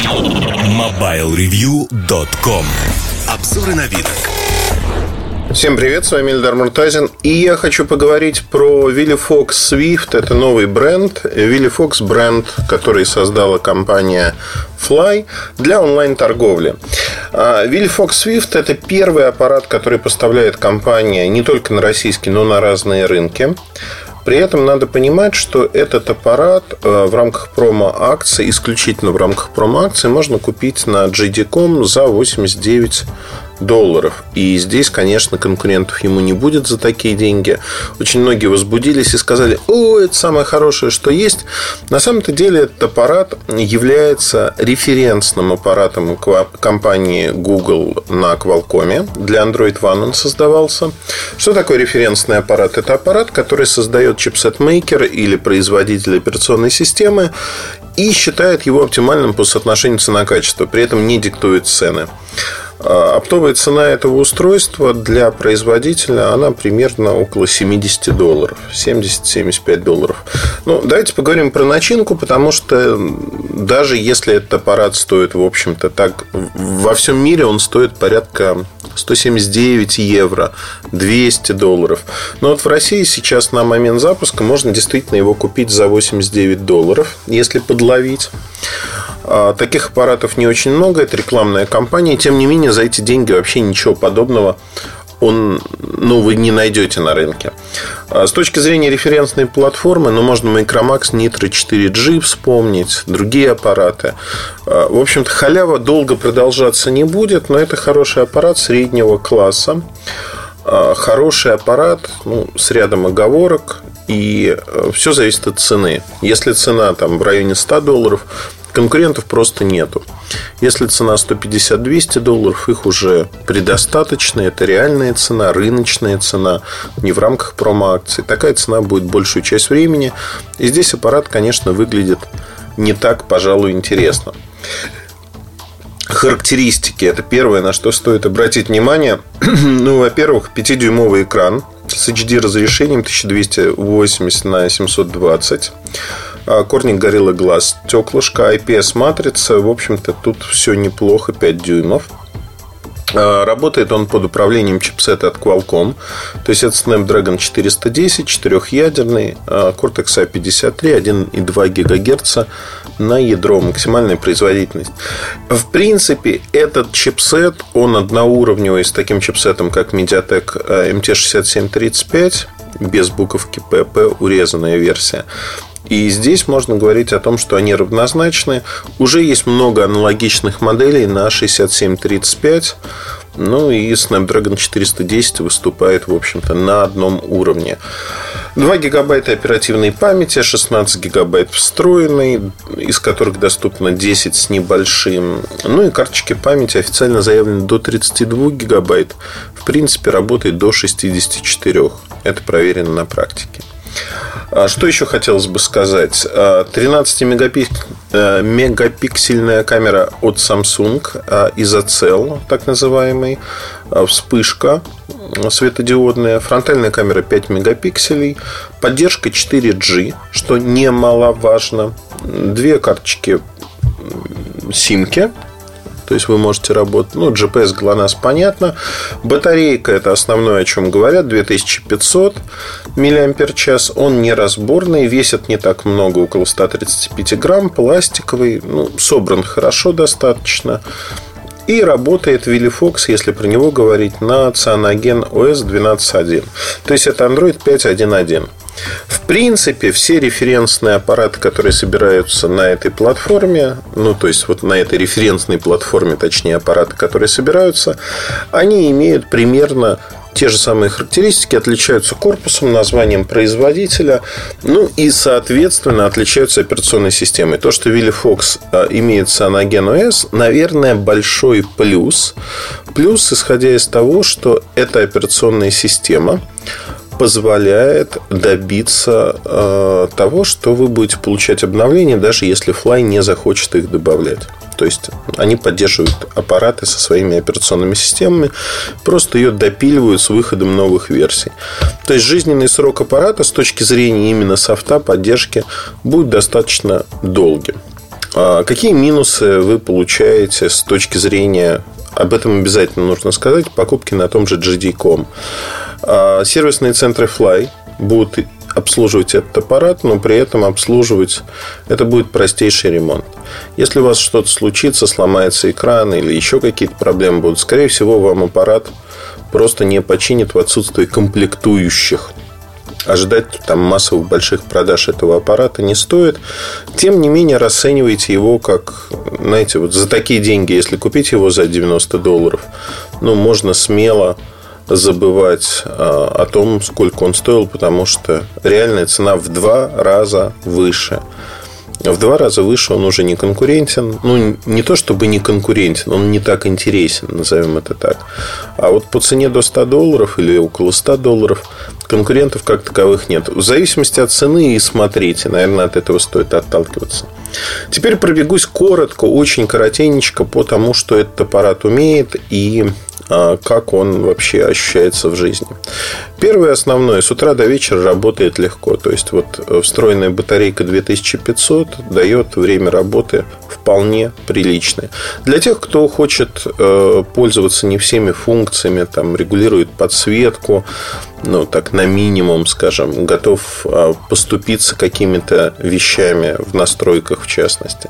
MobileReview.com. Обзоры новинок. Всем привет, с вами Эльдар Муртазин. И я хочу поговорить про VilliFox Swift. Это новый бренд. VilliFox бренд, который создала компания Fly для онлайн-торговли. VilliFox Swift — это первый аппарат, который поставляет компания не только на российские, но и на разные рынки. При этом надо понимать, что этот аппарат в рамках промо-акции, исключительно в рамках промо-акции, можно купить на JD.com за $89. И здесь, конечно, конкурентов ему не будет за такие деньги. Очень многие возбудились и сказали: о, это самое хорошее, что есть. На самом-то деле этот аппарат является референсным аппаратом компании Google на Qualcomm. Для Android One он создавался. Что такое референсный аппарат? Это аппарат, который создает чипсет-мейкер или производитель операционной системы и считает его оптимальным по соотношению цена-качество, при этом не диктует цены. Оптовая цена этого устройства для производителя, она примерно около $70, $70-75. Ну, давайте поговорим про начинку, потому что даже если этот аппарат стоит, в общем-то, так, во всем мире он стоит порядка 179 евро, $200. Но вот в России сейчас на момент запуска можно действительно его купить за $89, если подловить. Таких аппаратов не очень много, это рекламная кампания. Тем не менее, за эти деньги вообще ничего подобного вы не найдете на рынке. С точки зрения референсной платформы, можно Micromax Nitro 4G вспомнить, другие аппараты. В общем-то, халява долго продолжаться не будет, но это хороший аппарат среднего класса. Хороший аппарат, с рядом оговорок. И все зависит от цены. Если цена там в районе $100, конкурентов просто нету. Если цена $150-200, их уже предостаточно. Это реальная цена, рыночная цена, не в рамках промо-акций. Такая цена будет большую часть времени. И здесь аппарат, конечно, выглядит не так, пожалуй, интересно. Характеристики. Это первое, на что стоит обратить внимание. Во-первых, 5-дюймовый экран с HD разрешением 1280 на 720. Корник Gorilla Glass, стеклышко, IPS-матрица. В общем-то, тут все неплохо, 5 дюймов. Работает он под управлением чипсета от Qualcomm. То есть это Snapdragon 410, 4-ядерный, Cortex A53, 1,2 ГГц на ядро, максимальная производительность. В принципе, этот чипсет, он одноуровневый с таким чипсетом, как MediaTek MT6735, без буковки PP, урезанная версия. И здесь можно говорить о том, что они равнозначны. Уже есть много аналогичных моделей на 6735. И Snapdragon 410 выступает, в общем-то, на одном уровне. 2 гигабайта оперативной памяти, 16 гигабайт встроенной, из которых доступно 10 с небольшим. И карточки памяти официально заявлены до 32 гигабайт. В принципе, работает до 64. Это проверено на практике. Что еще хотелось бы сказать? 13-мегапиксельная камера от Samsung, изоцел, так называемый, вспышка светодиодная, фронтальная камера 5 мегапикселей, поддержка 4G, что немаловажно, 2 карточки симки. То есть вы можете работать, GPS, GLONASS, понятно. Батарейка — это основное, о чем говорят, 2500 мАч. Он неразборный, весит не так много, около 135 грамм, пластиковый, собран хорошо достаточно. И работает VilliFox, если про него говорить, на CyanogenOS 12.1. То есть это Android 5.1.1. В принципе, все референсные аппараты, которые собираются на этой платформе, то есть вот на этой референсной платформе, точнее, аппараты, которые собираются, они имеют примерно те же самые характеристики, отличаются корпусом, названием производителя, и, соответственно, отличаются операционной системой. То, что VilliFox имеет CyanogenOS, наверное, большой плюс. Плюс, исходя из того, что эта операционная система позволяет добиться того, что вы будете получать обновления, даже если Fly не захочет их добавлять. То есть они поддерживают аппараты со своими операционными системами, просто ее допиливают с выходом новых версий. То есть жизненный срок аппарата с точки зрения именно софта, поддержки, будет достаточно долгим. Какие минусы вы получаете с точки зрения, об этом обязательно нужно сказать, покупки на том же JD.com? Сервисные центры Fly будут обслуживать этот аппарат, но при этом обслуживать это будет простейший ремонт. Если у вас что-то случится, сломается экран или еще какие-то проблемы будут, скорее всего, вам аппарат просто не починит в отсутствии комплектующих. Ожидать там массовых больших продаж этого аппарата не стоит. Тем не менее, расценивайте его как, знаете, вот за такие деньги, если купить его за $90, можно смело забывать о том, сколько он стоил, потому что реальная цена в 2 раза выше. В 2 раза выше он уже не конкурентен. Не то чтобы не конкурентен, он не так интересен, назовем это так. А вот по цене до $100 или около $100 конкурентов как таковых нет. В зависимости от цены и смотрите. Наверное, от этого стоит отталкиваться. Теперь пробегусь коротко, очень коротенечко по тому, что этот аппарат умеет и как он вообще ощущается в жизни. Первое основное: с утра до вечера работает легко. То есть вот встроенная батарейка 2500 дает время работы вполне приличное. Для тех, кто хочет пользоваться не всеми функциями, там, регулирует подсветку, так на минимум, скажем, готов поступиться какими-то вещами в настройках, в частности,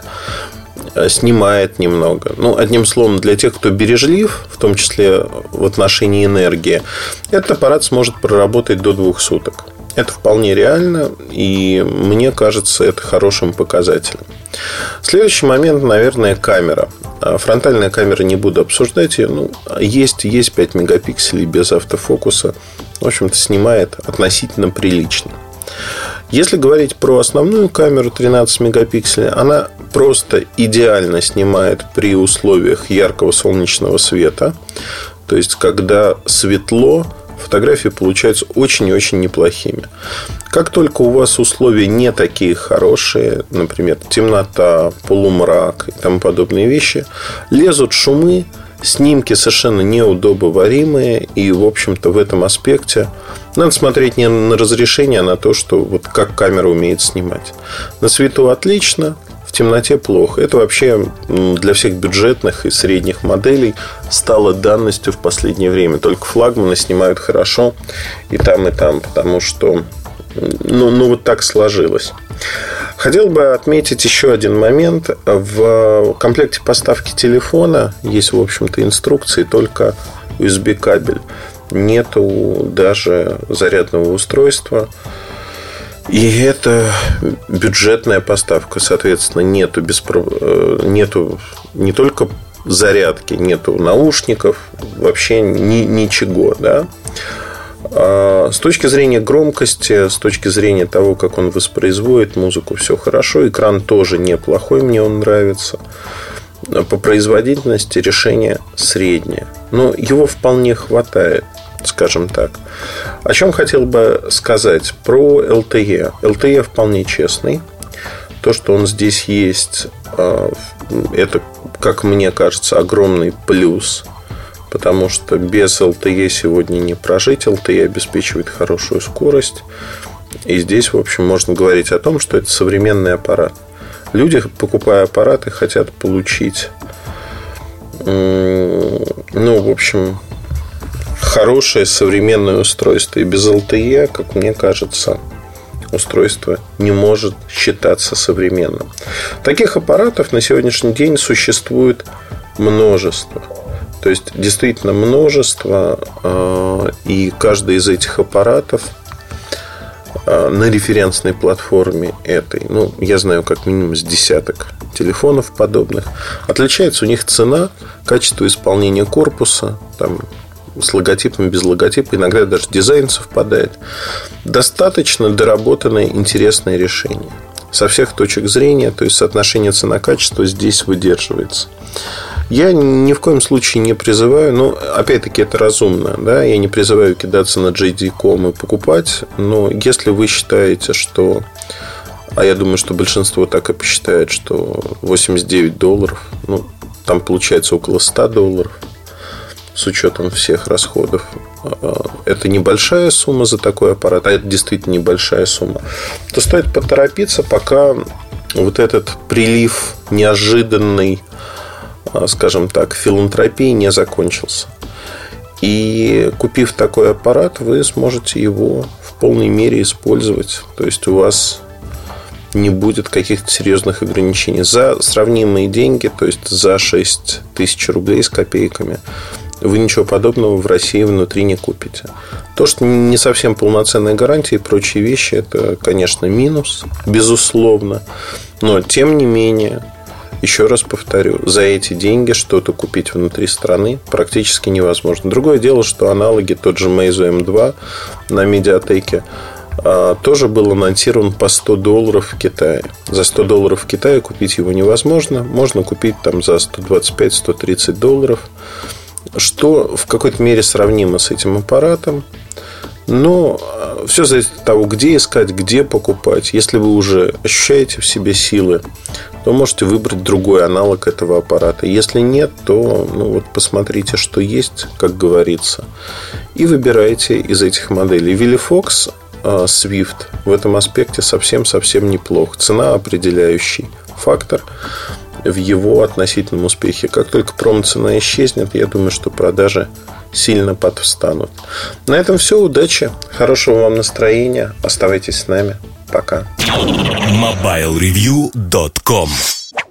снимает немного. Одним словом, для тех, кто бережлив, в том числе в отношении энергии, этот аппарат сможет проработать до 2 суток. Это вполне реально, и мне кажется, это хорошим показателем. Следующий момент, наверное, камера. Фронтальная камера, не буду обсуждать ее. Есть 5 мегапикселей без автофокуса. В общем-то, снимает относительно прилично. Если говорить про основную камеру 13 мегапикселей, она просто идеально снимает при условиях яркого солнечного света. То есть, когда светло, фотографии получаются очень и очень неплохими. Как только у вас условия не такие хорошие, например, темнота, полумрак и тому подобные вещи, лезут шумы, снимки совершенно неудобоваримые. И, в общем-то, в этом аспекте надо смотреть не на разрешение, а на то, что вот как камера умеет снимать. На свету отлично, в темноте плохо. Это вообще для всех бюджетных и средних моделей стало данностью в последнее время. Только флагманы снимают хорошо и там, потому что вот так сложилось. Хотел бы отметить еще один момент. В комплекте поставки телефона есть, в общем-то, инструкции, только USB кабель. Нету даже зарядного устройства. И это бюджетная поставка. Соответственно, нету не только зарядки, нету наушников, вообще ничего, да? С точки зрения громкости, с точки зрения того, как он воспроизводит музыку, все хорошо. Экран тоже неплохой, мне он нравится. По производительности решение среднее, но его вполне хватает, скажем так. О чем хотел бы сказать про LTE. LTE вполне честный. То, что он здесь есть, это, как мне кажется, огромный плюс. Потому что без LTE сегодня не прожить. LTE обеспечивает хорошую скорость. И здесь, в общем, можно говорить о том, что это современный аппарат. Люди, покупая аппараты, хотят получить, в общем, хорошее современное устройство. И без LTE, как мне кажется, устройство не может считаться современным. Таких аппаратов на сегодняшний день существует множество. То есть, действительно множество. И каждый из этих аппаратов на референсной платформе этой, я знаю как минимум с десяток телефонов подобных. Отличается у них цена, качество исполнения корпуса, там, с логотипом, без логотипа, иногда даже дизайн совпадает. Достаточно доработанное, интересное решение со всех точек зрения. То есть соотношение цена-качество здесь выдерживается. Я ни в коем случае не призываю, опять-таки это разумно, да, я не призываю кидаться на JD.com и покупать, но если вы считаете, что, а я думаю, что большинство так и посчитает, что $89, там получается около $100, с учетом всех расходов, это небольшая сумма за такой аппарат, а это действительно небольшая сумма, то стоит поторопиться, пока вот этот прилив неожиданный, скажем так, филантропии не закончился. И купив такой аппарат, вы сможете его в полной мере использовать. То есть у вас не будет каких-то серьезных ограничений. За сравнимые деньги, то есть за 6 тысяч рублей с копейками, вы ничего подобного в России внутри не купите. То, что не совсем полноценная гарантия и прочие вещи, это, конечно, минус, безусловно. Но, тем не менее, еще раз повторю, за эти деньги что-то купить внутри страны практически невозможно. Другое дело, что аналоги, тот же Meizu M2 на Медиатеке, тоже был анонсирован по $100 в Китае. За $100 в Китае купить его невозможно. Можно купить там за $125-130, что в какой-то мере сравнимо с этим аппаратом. Но все зависит от того, где искать, где покупать. Если вы уже ощущаете в себе силы, то можете выбрать другой аналог этого аппарата. Если нет, то посмотрите, что есть, как говорится, и выбирайте из этих моделей. ViliFox Swift в этом аспекте совсем-совсем неплох. Цена определяющий фактор в его относительном успехе. Как только промо-цена исчезнет, я думаю, что продажи сильно подвстанут. На этом все. Удачи, хорошего вам настроения. Оставайтесь с нами. Пока. MobileReview.com